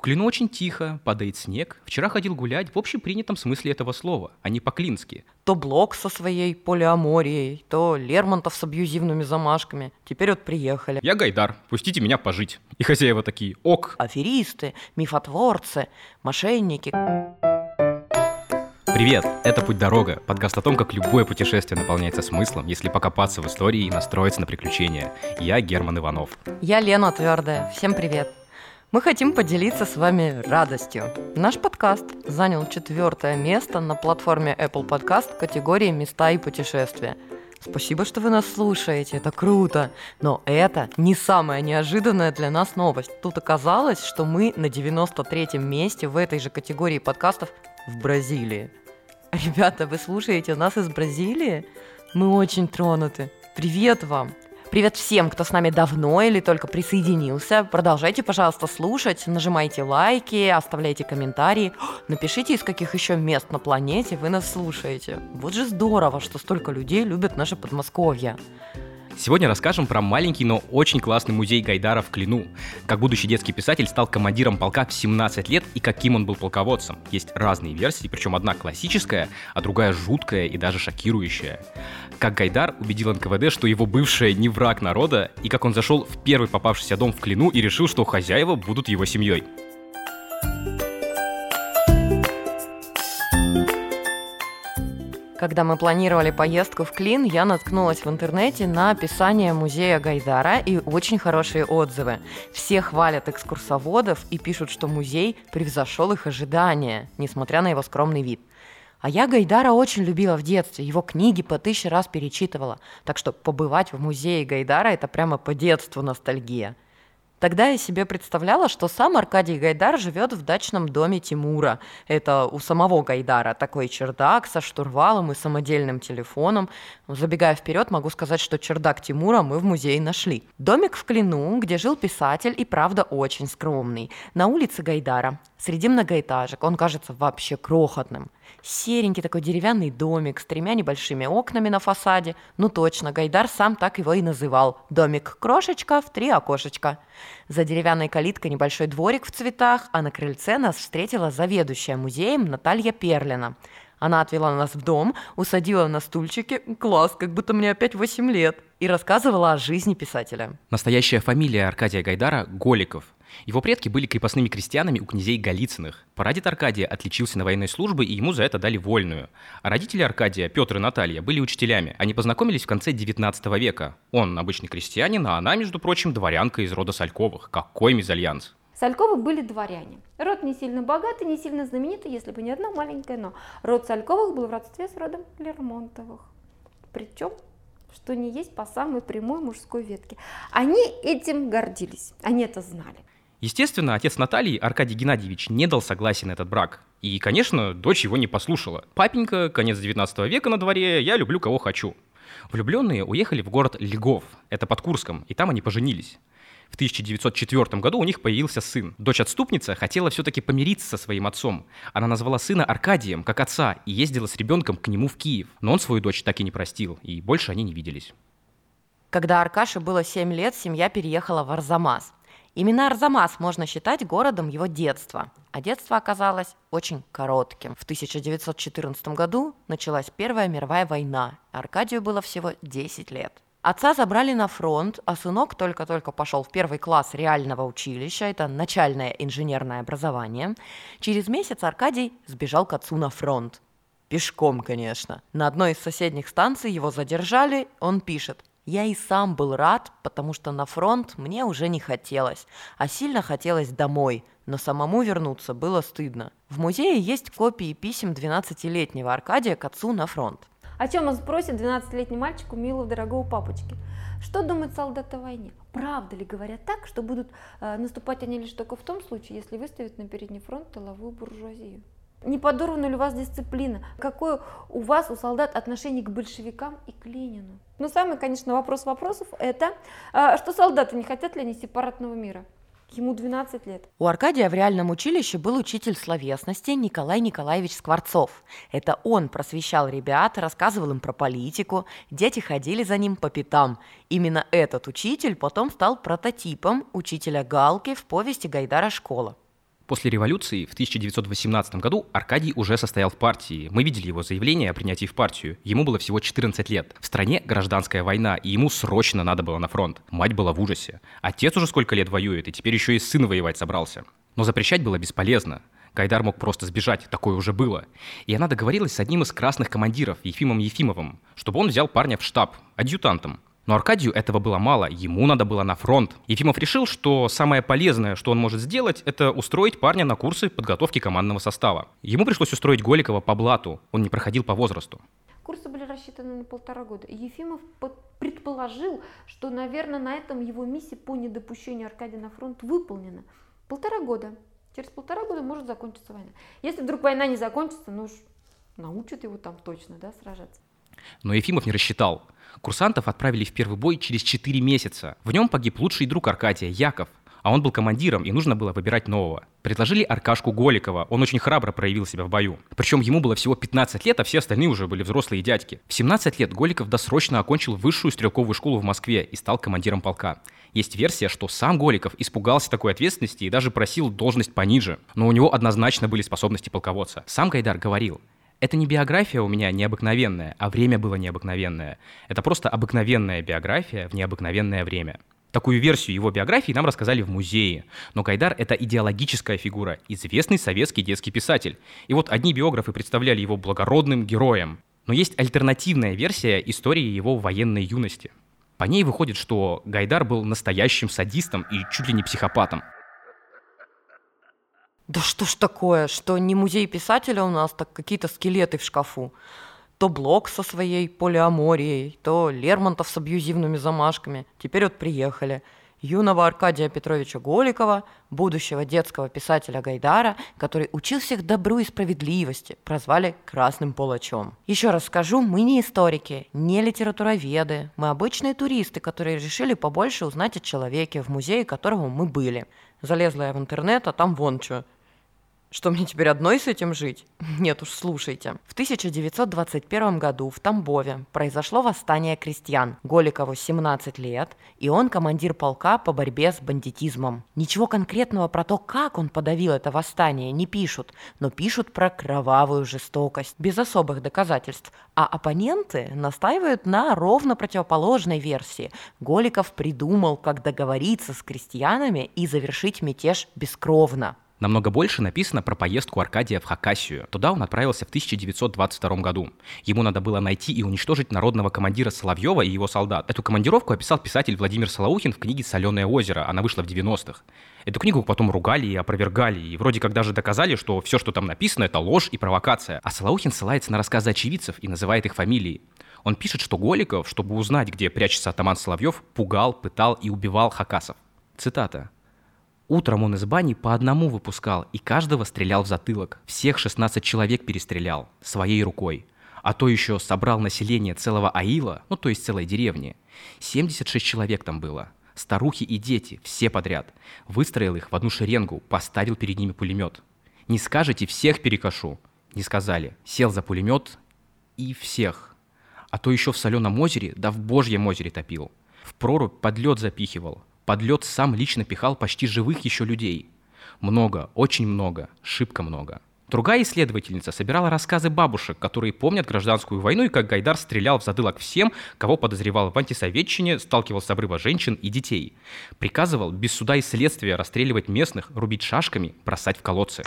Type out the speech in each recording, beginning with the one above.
Клину очень тихо, падает снег. Вчера ходил гулять в общепринятом смысле этого слова, а не по-клински. То Блок со своей полиаморией, то Лермонтов с абьюзивными замашками. Теперь вот приехали. Я Гайдар, пустите меня пожить. И хозяева такие: ок. Аферисты, мифотворцы, мошенники. Привет, это «Путь-дорога», подкаст о том, как любое путешествие наполняется смыслом, если покопаться в истории и настроиться на приключения. Я Герман Иванов. Я Лена Твердая. Всем привет. Мы хотим поделиться с вами радостью. Наш подкаст занял 4-е место на платформе Apple Podcast в категории «Места и путешествия». Спасибо, что вы нас слушаете, это круто. Но это не самая неожиданная для нас новость. Тут оказалось, что мы на 93-м месте в этой же категории подкастов в Бразилии. Ребята, вы слушаете нас из Бразилии? Мы очень тронуты. Привет вам! Привет всем, кто с нами давно или только присоединился. Продолжайте, пожалуйста, слушать, нажимайте лайки, оставляйте комментарии. Напишите, из каких еще мест на планете вы нас слушаете. Вот же здорово, что столько людей любят наше Подмосковье. Сегодня расскажем про маленький, но очень классный музей Гайдара в Клину. Как будущий детский писатель стал командиром полка в 17 лет и каким он был полководцем. Есть разные версии, причем одна классическая, а другая жуткая и даже шокирующая. Как Гайдар убедил НКВД, что его бывшая не враг народа, и как он зашел в первый попавшийся дом в Клину и решил, что хозяева будут его семьей. Когда мы планировали поездку в Клин, я наткнулась в интернете на описание музея Гайдара и очень хорошие отзывы. Все хвалят экскурсоводов и пишут, что музей превзошел их ожидания, несмотря на его скромный вид. А я Гайдара очень любила в детстве, его книги по 1000 раз перечитывала, так что побывать в музее Гайдара – это прямо по детству ностальгия. Тогда я себе представляла, что сам Аркадий Гайдар живет в дачном доме Тимура. Это у самого Гайдара такой чердак со штурвалом и самодельным телефоном. Забегая вперед, могу сказать, что чердак Тимура мы в музее нашли. Домик в Клину, где жил писатель, и правда очень скромный. На улице Гайдара, среди многоэтажек, он кажется вообще крохотным. Серенький такой деревянный домик с 3 небольшими окнами на фасаде. Ну точно, Гайдар сам так его и называл. Домик-крошечка в 3 окошечка. За деревянной калиткой небольшой дворик в цветах, а на крыльце нас встретила заведующая музеем Наталья Перлина. Она отвела нас в дом, усадила на стульчике, класс, как будто мне опять 8 лет, и рассказывала о жизни писателя. Настоящая фамилия Аркадия Гайдара – Голиков. Его предки были крепостными крестьянами у князей Голицыных. Прадед Аркадия отличился на военной службе, и ему за это дали вольную. А родители Аркадия, Петр и Наталья, были учителями. Они познакомились в конце 19 века. Он обычный крестьянин, а она, между прочим, дворянка из рода Сальковых. Какой мезальянс! Сальковы были дворяне. Род не сильно богатый, не сильно знаменитый, если бы не одно маленькое «но». Род Сальковых был в родстве с родом Лермонтовых. Причем, что не есть по самой прямой мужской ветке. Они этим гордились, они это знали. Естественно, отец Натальи, Аркадий Геннадьевич, не дал согласия на этот брак. И, конечно, дочь его не послушала. Папенька, конец 19 века на дворе, я люблю кого хочу. Влюбленные уехали в город Льгов, это под Курском, и там они поженились. В 1904 году у них появился сын. Дочь-отступница хотела все-таки помириться со своим отцом. Она назвала сына Аркадием, как отца, и ездила с ребенком к нему в Киев. Но он свою дочь так и не простил, и больше они не виделись. Когда Аркаше было 7 лет, семья переехала в Арзамас. Именно Арзамас можно считать городом его детства, а детство оказалось очень коротким. В 1914 году началась Первая мировая война, Аркадию было всего 10 лет. Отца забрали на фронт, а сынок только-только пошел в 1 класс реального училища, это начальное инженерное образование. Через месяц Аркадий сбежал к отцу на фронт. Пешком, конечно. На одной из соседних станций его задержали, он пишет: «Я и сам был рад, потому что на фронт мне уже не хотелось, а сильно хотелось домой, но самому вернуться было стыдно». В музее есть копии писем 12-летнего Аркадия к отцу на фронт. О чем он спросит 12-летний мальчик у милого дорогого папочки? Что думает солдат о войне? Правда ли говорят так, что будут наступать они лишь только в том случае, если выставят на передний фронт тыловую буржуазию? Не подорвана ли у вас дисциплина? Какое у вас, у солдат, отношение к большевикам и к Ленину? Ну, самый, конечно, вопрос вопросов – это, что солдаты не хотят ли они сепаратного мира? Ему 12 лет. У Аркадия в реальном училище был учитель словесности Николай Николаевич Скворцов. Это он просвещал ребят, рассказывал им про политику, дети ходили за ним по пятам. Именно этот учитель потом стал прототипом учителя Галки в повести Гайдара «Школа». После революции в 1918 году Аркадий уже состоял в партии. Мы видели его заявление о принятии в партию. Ему было всего 14 лет. В стране гражданская война, и ему срочно надо было на фронт. Мать была в ужасе. Отец уже сколько лет воюет, и теперь еще и сын воевать собрался. Но запрещать было бесполезно. Гайдар мог просто сбежать, такое уже было. И она договорилась с одним из красных командиров, Ефимом Ефимовым, чтобы он взял парня в штаб, адъютантом. Но Аркадию этого было мало, ему надо было на фронт. Ефимов решил, что самое полезное, что он может сделать, это устроить парня на курсы подготовки командного состава. Ему пришлось устроить Голикова по блату, он не проходил по возрасту. Курсы были рассчитаны на 1,5 года. И Ефимов предположил, что, наверное, на этом его миссия по недопущению Аркадия на фронт выполнена. 1,5 года. Через 1,5 года может закончиться война. Если вдруг война не закончится, ну уж научат его там точно, да, сражаться. Но Ефимов не рассчитал. Курсантов отправили в первый бой через 4 месяца. В нем погиб лучший друг Аркадия, Яков. А он был командиром, и нужно было выбирать нового. Предложили Аркашку Голикова, он очень храбро проявил себя в бою. Причем ему было всего 15 лет, а все остальные уже были взрослые дядьки. В 17 лет Голиков досрочно окончил высшую стрелковую школу в Москве и стал командиром полка. Есть версия, что сам Голиков испугался такой ответственности и даже просил должность пониже. Но у него однозначно были способности полководца. Сам Гайдар говорил: это не биография у меня необыкновенная, а время было необыкновенное. Это просто обыкновенная биография в необыкновенное время. Такую версию его биографии нам рассказали в музее. Но Гайдар — это идеологическая фигура, известный советский детский писатель. И вот одни биографы представляли его благородным героем. Но есть альтернативная версия истории его военной юности. По ней выходит, что Гайдар был настоящим садистом и чуть ли не психопатом. Да что ж такое, что не музей писателя у нас, так какие-то скелеты в шкафу. То Блок со своей полиаморией, то Лермонтов с абьюзивными замашками. Теперь вот приехали. Юного Аркадия Петровича Голикова, будущего детского писателя Гайдара, который учил всех добру и справедливости, прозвали красным палачом. Еще раз скажу, мы не историки, не литературоведы, мы обычные туристы, которые решили побольше узнать о человеке, в музее которого мы были. Залезла я в интернет, а там вон что. Что, мне теперь одной с этим жить? Нет уж, слушайте. В 1921 году в Тамбове произошло восстание крестьян. Голикову 17 лет, и он командир полка по борьбе с бандитизмом. Ничего конкретного про то, как он подавил это восстание, не пишут, но пишут про кровавую жестокость, без особых доказательств. А оппоненты настаивают на ровно противоположной версии. Голиков придумал, как договориться с крестьянами и завершить мятеж бескровно. Намного больше написано про поездку Аркадия в Хакасию. Туда он отправился в 1922 году. Ему надо было найти и уничтожить народного командира Соловьева и его солдат. Эту командировку описал писатель Владимир Солоухин в книге «Соленое озеро». Она вышла в 90-х. Эту книгу потом ругали и опровергали, и вроде как даже доказали, что все, что там написано, это ложь и провокация. А Солоухин ссылается на рассказы очевидцев и называет их фамилии. Он пишет, что Голиков, чтобы узнать, где прячется атаман Соловьев, пугал, пытал и убивал хакасов. Цитата. «Утром он из бани по одному выпускал и каждого стрелял в затылок. Всех 16 человек перестрелял своей рукой. А то еще собрал население целого аила, то есть целой деревни. 76 человек там было. Старухи и дети, все подряд. Выстроил их в одну шеренгу, поставил перед ними пулемет. Не скажете, всех перекошу. Не сказали. Сел за пулемет и всех. А то еще в соленом озере, да в Божьем озере топил. В прорубь под лед запихивал. Под лед сам лично пихал почти живых еще людей. Много, очень много, шибко много». Другая исследовательница собирала рассказы бабушек, которые помнят гражданскую войну и как Гайдар стрелял в затылок всем, кого подозревал в антисоветчине, сталкивал с обрыва женщин и детей. Приказывал без суда и следствия расстреливать местных, рубить шашками, бросать в колодцы.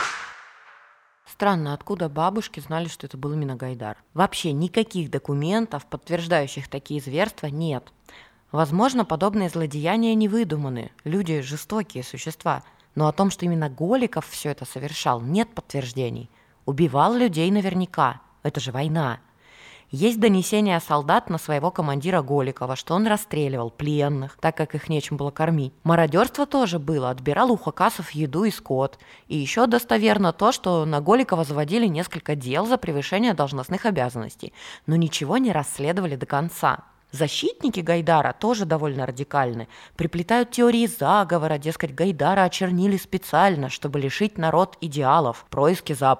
Странно, откуда бабушки знали, что это был именно Гайдар? Вообще никаких документов, подтверждающих такие зверства, нет. Возможно, подобные злодеяния не выдуманы, люди жестокие существа, но о том, что именно Голиков все это совершал, нет подтверждений. Убивал людей наверняка, это же война. Есть донесения солдат на своего командира Голикова, что он расстреливал пленных, так как их нечем было кормить. Мародерство тоже было, отбирал у хакасов еду и скот. И еще достоверно то, что на Голикова заводили несколько дел за превышение должностных обязанностей, но ничего не расследовали до конца. Защитники Гайдара тоже довольно радикальны. Приплетают теории заговора, дескать, Гайдара очернили специально, чтобы лишить народ идеалов, происки Запада.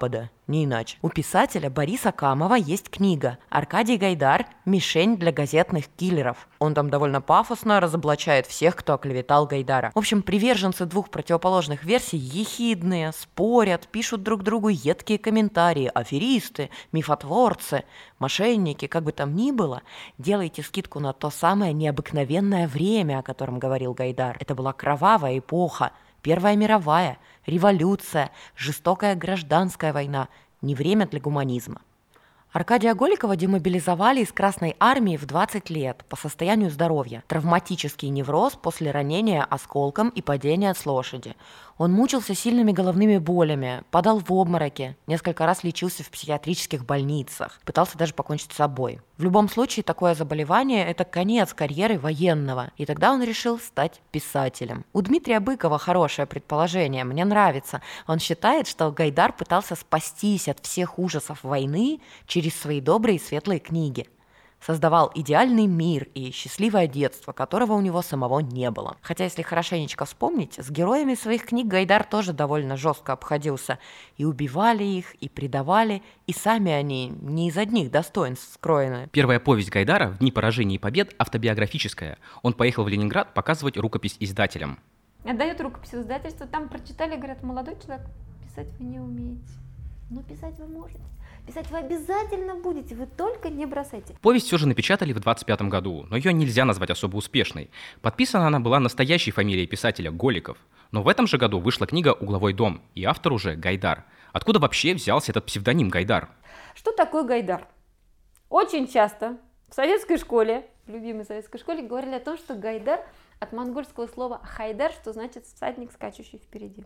не иначе. У писателя Бориса Камова есть книга «Аркадий Гайдар. Мишень для газетных киллеров». Он там довольно пафосно разоблачает всех, кто оклеветал Гайдара. В общем, приверженцы двух противоположных версий ехидные, спорят, пишут друг другу едкие комментарии, аферисты, мифотворцы, мошенники, как бы там ни было. Делайте скидку на то самое необыкновенное время, о котором говорил Гайдар. Это была кровавая эпоха, Первая мировая, революция, жестокая гражданская война, не время для гуманизма. Аркадия Голикова демобилизовали из Красной армии в 20 лет по состоянию здоровья. Травматический невроз после ранения осколком и падения с лошади. Он мучился сильными головными болями, падал в обмороки, несколько раз лечился в психиатрических больницах, пытался даже покончить с собой. В любом случае, такое заболевание – это конец карьеры военного, и тогда он решил стать писателем. У Дмитрия Быкова хорошее предположение, мне нравится. Он считает, что Гайдар пытался спастись от всех ужасов войны через свои добрые и светлые книги. Создавал идеальный мир и счастливое детство, которого у него самого не было. Хотя, если хорошенечко вспомнить, с героями своих книг Гайдар тоже довольно жестко обходился. И убивали их, и предавали, и сами они не из одних достоинств скроены. Первая повесть Гайдара «В дни поражений и побед» автобиографическая. Он поехал в Ленинград показывать рукопись издателям. Отдает рукопись в издательство, там прочитали, говорят, молодой человек, писать вы не умеете. Но писать вы можете. Писать вы обязательно будете, вы только не бросайте. Повесть все же напечатали в 25 году, но ее нельзя назвать особо успешной. Подписана она была настоящей фамилией писателя Голиков. Но в этом же году вышла книга «Угловой дом», и автор уже Гайдар. Откуда вообще взялся этот псевдоним Гайдар? Что такое Гайдар? Очень часто в советской школе, в любимой советской школе, говорили о том, что Гайдар от монгольского слова хайдар, что значит всадник, скачущий впереди.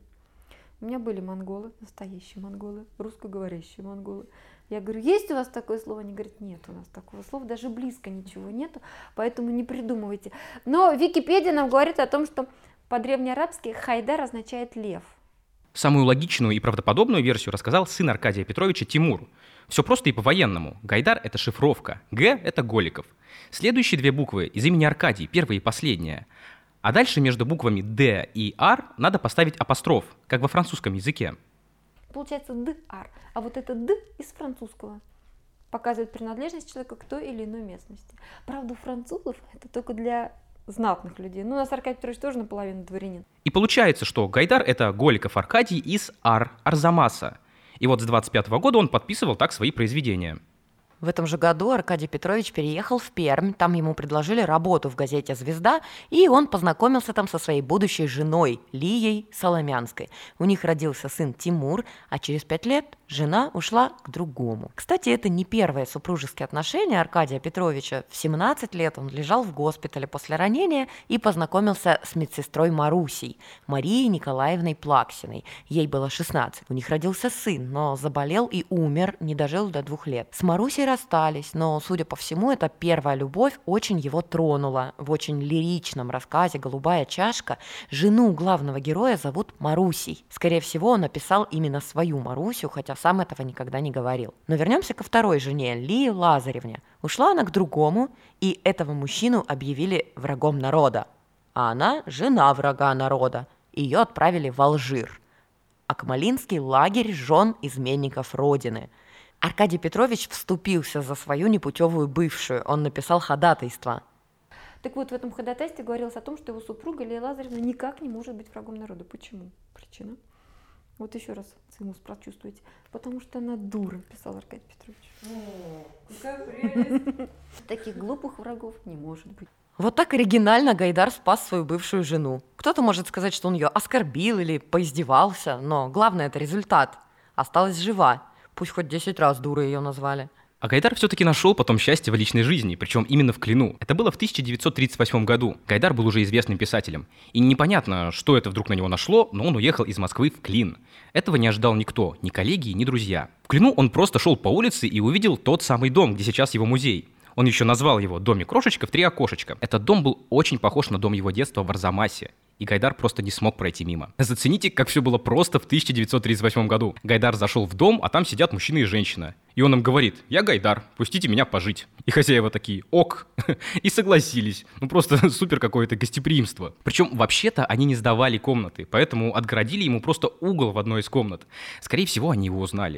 У меня были монголы, настоящие монголы, русскоговорящие монголы. Я говорю, есть у вас такое слово? Они говорят, нет у нас такого слова, даже близко ничего нету, поэтому не придумывайте. Но Википедия нам говорит о том, что по-древнеарабски хайдар означает лев. Самую логичную и правдоподобную версию рассказал сын Аркадия Петровича Тимур. Все просто и по-военному. Гайдар – это шифровка, Г – это Голиков. Следующие две буквы из имени Аркадий, первая и последняя. А дальше между буквами «Д» и «Р» надо поставить апостроф, как во французском языке. Получается «д-ар», а вот это «д» из французского показывает принадлежность человека к той или иной местности. Правда, у французов это только для знатных людей. Ну, у нас Аркадий Петрович тоже наполовину дворянин. И получается, что Гайдар – это Голиков Аркадий из Арзамаса. И вот с 25 года он подписывал так свои произведения. В этом же году Аркадий Петрович переехал в Пермь, там ему предложили работу в газете «Звезда», и он познакомился там со своей будущей женой Лией Соломянской. У них родился сын Тимур, а через 5 лет жена ушла к другому. Кстати, это не первые супружеские отношения Аркадия Петровича. В 17 лет он лежал в госпитале после ранения и познакомился с медсестрой Марусей, Марией Николаевной Плаксиной. Ей было 16. У них родился сын, но заболел и умер, не дожил до 2 лет. С Марусей расстались, но, судя по всему, эта первая любовь очень его тронула. В очень лиричном рассказе «Голубая чашка» жену главного героя зовут Марусей. Скорее всего, он написал именно свою Марусю, хотя сам этого никогда не говорил. Но вернемся ко второй жене, Лии Лазаревне. Ушла она к другому, и этого мужчину объявили врагом народа. А она жена врага народа. Ее отправили в Алжир. Акмолинский лагерь жен изменников Родины. Аркадий Петрович вступился за свою непутевую бывшую. Он написал ходатайство. Так вот, в этом ходатайстве говорилось о том, что его супруга Лия Лазаревна никак не может быть врагом народа. Почему? Причина. Вот еще раз цимус прочувствуйте. Потому что она дура, писал Аркадий Петрович. Какая прелесть! Таких глупых врагов не может быть. Вот так оригинально Гайдар спас свою бывшую жену. Кто-то может сказать, что он ее оскорбил или поиздевался, но главное – это результат. Осталась жива. Пусть хоть 10 раз дурой ее назвали. А Гайдар все-таки нашел потом счастье в личной жизни, причем именно в Клину. Это было в 1938 году. Гайдар был уже известным писателем. И непонятно, что это вдруг на него нашло, но он уехал из Москвы в Клин. Этого не ожидал никто, ни коллеги, ни друзья. В Клину он просто шел по улице и увидел тот самый дом, где сейчас его музей. Он еще назвал его «Домик-крошечка в 3 окошечка». Этот дом был очень похож на дом его детства в Арзамасе. И Гайдар просто не смог пройти мимо. Зацените, как все было просто в 1938 году. Гайдар зашел в дом, а там сидят мужчина и женщина. И он им говорит: «Я Гайдар, пустите меня пожить». И хозяева такие: «Ок». И согласились. Ну просто супер какое-то гостеприимство. Причем вообще-то они не сдавали комнаты, поэтому отгородили ему просто угол в одной из комнат. Скорее всего, они его узнали.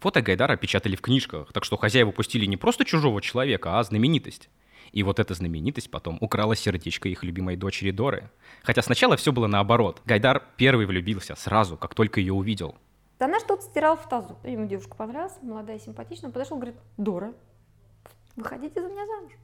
Фото Гайдара печатали в книжках, так что хозяева пустили не просто чужого человека, а знаменитость. И вот эта знаменитость потом украла сердечко их любимой дочери Доры. Хотя сначала все было наоборот. Гайдар первый влюбился сразу, как только ее увидел. Она что-то стирала в тазу. Ему девушка понравилась, молодая, симпатичная. Он подошел, говорит: Дора, выходите за меня замуж.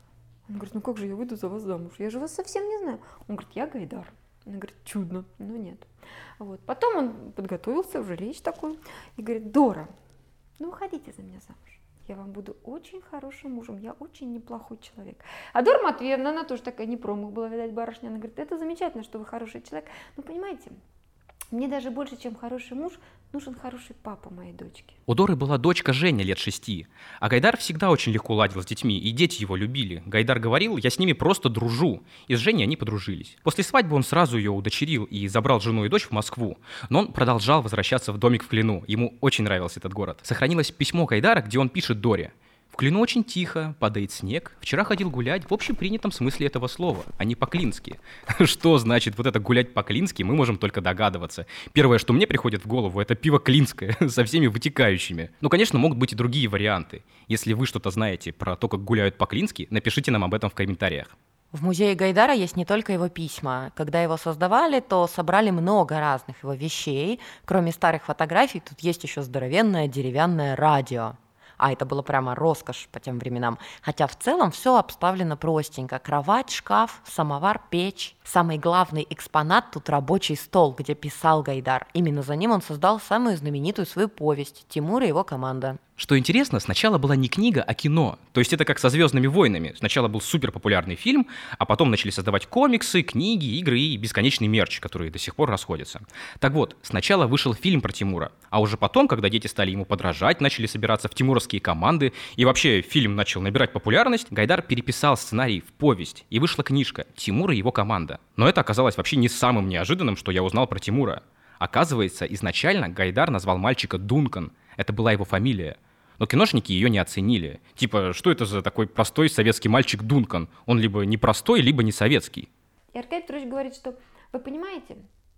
Он говорит: ну как же я выйду за вас замуж? Я же вас совсем не знаю. Он говорит: я Гайдар. Она говорит: чудно, но нет. Вот. Потом он подготовился, уже речь такую, и говорит: Дора, ну выходите за меня замуж. Я вам буду очень хорошим мужем, я очень неплохой человек. А Дора Матвеевна, она тоже такая не промах была, видать, барышня. Она говорит: это замечательно, что вы хороший человек. Но понимаете, мне даже больше, чем хороший муж, нужен хороший папа моей дочки. У Доры была дочка Женя лет 6, а Гайдар всегда очень легко ладил с детьми, и дети его любили. Гайдар говорил: я с ними просто дружу. И с Женей они подружились. После свадьбы он сразу ее удочерил и забрал жену и дочь в Москву. Но он продолжал возвращаться в домик в Клину. Ему очень нравился этот город. Сохранилось письмо Гайдара, где он пишет Доре: в Клину очень тихо, падает снег. Вчера ходил гулять в общепринятом смысле этого слова, а не по-клински. Что значит вот это гулять по-клински, мы можем только догадываться. Первое, что мне приходит в голову, это пиво клинское со всеми вытекающими. Ну, конечно, могут быть и другие варианты. Если вы что-то знаете про то, как гуляют по-клински, напишите нам об этом в комментариях. В музее Гайдара есть не только его письма. Когда его создавали, то собрали много разных его вещей. Кроме старых фотографий, тут есть еще здоровенное деревянное радио. А это было прямо роскошь по тем временам. Хотя в целом все обставлено простенько. Кровать, шкаф, самовар, печь. Самый главный экспонат тут рабочий стол, где писал Гайдар. Именно за ним он создал самую знаменитую свою повесть «Тимур и его команда». Что интересно, сначала была не книга, а кино. То есть это как со «Звездными войнами». Сначала был суперпопулярный фильм, а потом начали создавать комиксы, книги, игры и бесконечный мерч, которые до сих пор расходятся. Так вот, сначала вышел фильм про Тимура, а уже потом, когда дети стали ему подражать, начали собираться в тимуровские команды, и вообще фильм начал набирать популярность, Гайдар переписал сценарий в повесть, и вышла книжка «Тимур и его команда». Но это оказалось вообще не самым неожиданным, что я узнал про Тимура. Оказывается, изначально Гайдар назвал мальчика Дункан. Это была его фамилия. Но киношники ее не оценили. Типа, что это за такой простой советский мальчик Дункан? Он либо не простой, либо не советский. И Аркадий Петрович говорит, что, вы понимаете,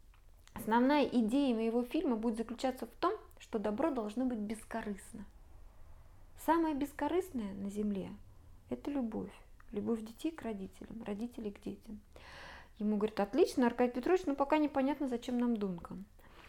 основная идея моего фильма будет заключаться в том, что добро должно быть бескорыстно. Самое бескорыстное на земле – это любовь. Любовь детей к родителям, родителей к детям. Ему говорит: отлично, Аркадий Петрович, но пока непонятно, зачем нам Дункан.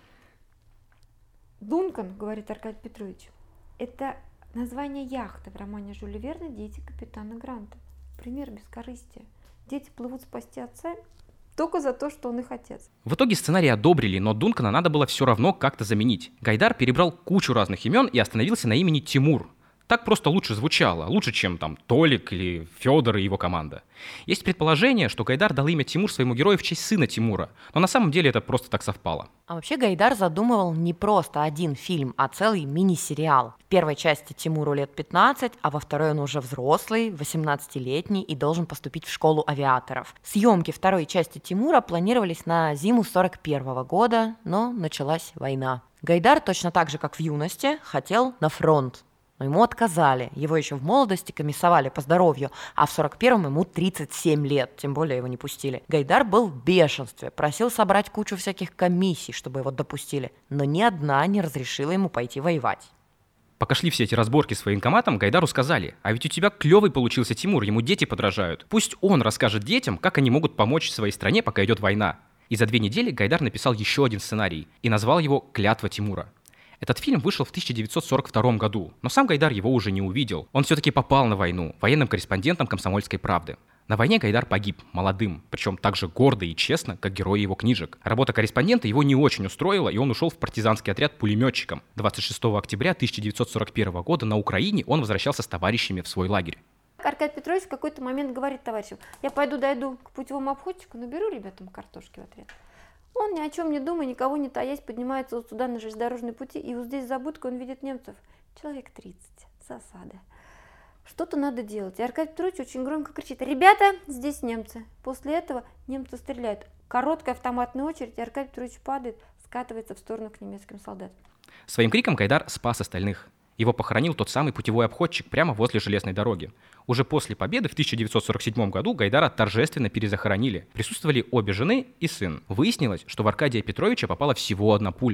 Дункан, говорит Аркадий Петрович, это название яхты в романе Жюля Верна «Дети капитана Гранта». Пример бескорыстия. Дети плывут спасти отца только за то, что он их отец. В итоге сценарий одобрили, но Дункана надо было все равно как-то заменить. Гайдар перебрал кучу разных имен и остановился на имени Тимур. Так просто лучше звучало, лучше, чем там Толик или Федор и его команда. Есть предположение, что Гайдар дал имя Тимур своему герою в честь сына Тимура, но на самом деле это просто так совпало. А вообще Гайдар задумывал не просто один фильм, а целый мини-сериал. В первой части Тимуру лет 15, а во второй он уже взрослый, 18-летний и должен поступить в школу авиаторов. Съемки второй части Тимура планировались на зиму 41 года, но началась война. Гайдар точно так же, как в юности, хотел на фронт. Но ему отказали. Его еще в молодости комиссовали по здоровью, а в 41-м ему 37 лет, тем более его не пустили. Гайдар был в бешенстве, просил собрать кучу всяких комиссий, чтобы его допустили, но ни одна не разрешила ему пойти воевать. Пока шли все эти разборки с военкоматом, Гайдару сказали: а ведь у тебя клевый получился Тимур, ему дети подражают. Пусть он расскажет детям, как они могут помочь своей стране, пока идет война. И за 2 недели Гайдар написал еще один сценарий и назвал его «Клятва Тимура». Этот фильм вышел в 1942 году, но сам Гайдар его уже не увидел. Он все-таки попал на войну, военным корреспондентом «Комсомольской правды». На войне Гайдар погиб, молодым, причем так же гордо и честно, как герои его книжек. Работа корреспондента его не очень устроила, и он ушел в партизанский отряд пулеметчиком. 26 октября 1941 года на Украине он возвращался с товарищами в свой лагерь. Аркадий Петрович в какой-то момент говорит товарищам: я дойду к путевому обходчику, наберу ребятам картошки в отряд. Он ни о чем не думая, никого не таясь, поднимается вот сюда на железнодорожные пути, и вот здесь за будкой он видит немцев. Человек 30. Засада. Что-то надо делать. И Аркадий Петрович очень громко кричит: ребята, здесь немцы. После этого немцы стреляют. Короткая автоматная очередь, и Аркадий Петрович падает, скатывается в сторону к немецким солдатам. Своим криком Гайдар спас остальных. Его похоронил тот самый путевой обходчик прямо возле железной дороги. Уже после победы в 1947 году Гайдара торжественно перезахоронили. Присутствовали обе жены и сын. Выяснилось, что в Аркадия Петровича попала всего одна пуля.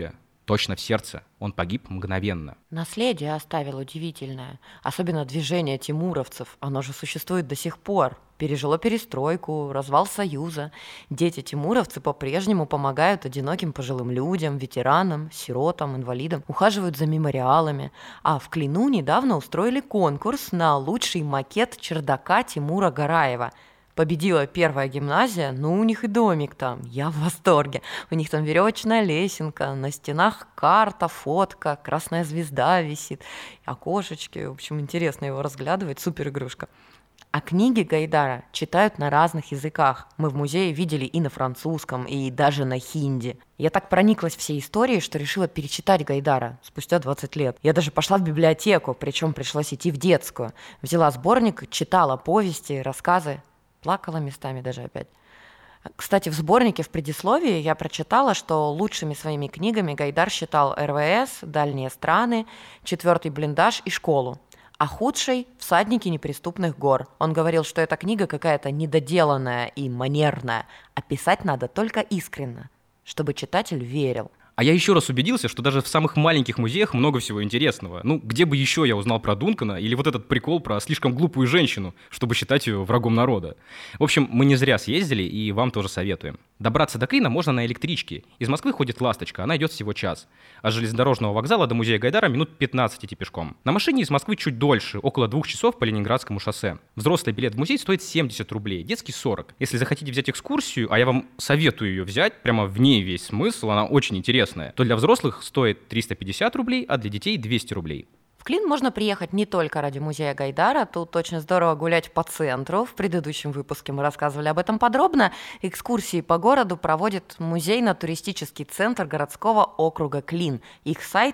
точно в сердце. Он погиб мгновенно. Наследие оставил удивительное. Особенно движение тимуровцев. Оно же существует до сих пор. Пережило перестройку, развал Союза. Дети-тимуровцы по-прежнему помогают одиноким пожилым людям, ветеранам, сиротам, инвалидам, ухаживают за мемориалами. А в Клину недавно устроили конкурс на лучший макет чердака Тимура Гараева. Победила первая гимназия, у них и домик там, я в восторге. У них там веревочная лесенка, на стенах карта, фотка, красная звезда висит, окошечки, в общем, интересно его разглядывать, супер игрушка. А книги Гайдара читают на разных языках. Мы в музее видели и на французском, и даже на хинди. Я так прониклась всей историей, что решила перечитать Гайдара спустя 20 лет. Я даже пошла в библиотеку, причем пришлось идти в детскую. Взяла сборник, читала повести, рассказы. Плакала местами даже опять. Кстати, в сборнике в предисловии я прочитала, что лучшими своими книгами Гайдар считал РВС, «Дальние страны», «Четвертый блиндаж» и «Школу». А худшей – «Всадники неприступных гор». Он говорил, что эта книга какая-то недоделанная и манерная, а писать надо только искренне, чтобы читатель верил. А я еще раз убедился, что даже в самых маленьких музеях много всего интересного. Где бы еще я узнал про Дункана или вот этот прикол про слишком глупую женщину, чтобы считать ее врагом народа. В общем, мы не зря съездили и вам тоже советуем. Добраться до Клина можно на электричке. Из Москвы ходит «Ласточка», она идет всего час. А с железнодорожного вокзала до музея Гайдара минут 15 идти пешком. На машине из Москвы чуть дольше, около 2 часов по Ленинградскому шоссе. Взрослый билет в музей стоит 70 рублей, детский 40. Если захотите взять экскурсию, а я вам советую ее взять, прямо в ней весь смысл, она очень интересная, то для взрослых стоит 350 рублей, а для детей 200 рублей. В Клин можно приехать не только ради музея Гайдара, тут очень здорово гулять по центру. В предыдущем выпуске мы рассказывали об этом подробно. Экскурсии по городу проводит музейно-туристический центр городского округа Клин. Их сайт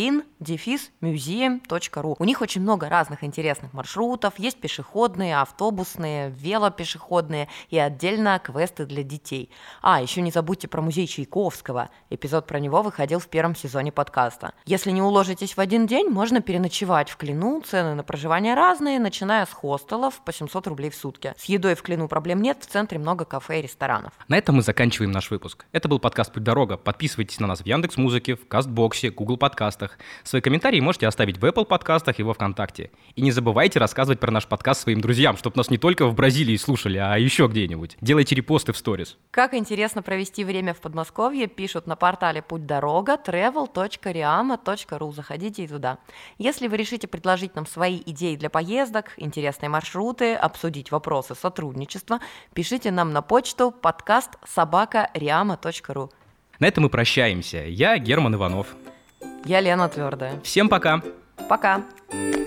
clean-museum.ru. У них очень много разных интересных маршрутов, есть пешеходные, автобусные, велопешеходные и отдельно квесты для детей. Еще не забудьте про музей Чайковского. Эпизод про него выходил в первом сезоне подкаста. Если не уложитесь в один день, можно переночевать в Клину. Цены на проживание разные, начиная с хостелов по 700 рублей в сутки. С едой в Клину проблем нет, в центре много кафе и ресторанов. На этом мы заканчиваем наш выпуск. Это был подкаст «Путь дорога». Подписывайтесь на нас в Яндекс.Музыке, в Кастбоксе, Google подкастах. Свои комментарии можете оставить в Apple подкастах и во ВКонтакте. И не забывайте рассказывать про наш подкаст своим друзьям, чтобы нас не только в Бразилии слушали, а еще где-нибудь. Делайте репосты в сторис. Как интересно провести время в Подмосковье, пишут на портале «Путь дорога» travel.riama.ru. Заходите и туда. Если вы решите предложить нам свои идеи для поездок, интересные маршруты, обсудить вопросы сотрудничества, пишите нам на почту podcast@riama.ru. На этом мы прощаемся. Я Герман Иванов. Я Лена Твердая. Всем пока! Пока!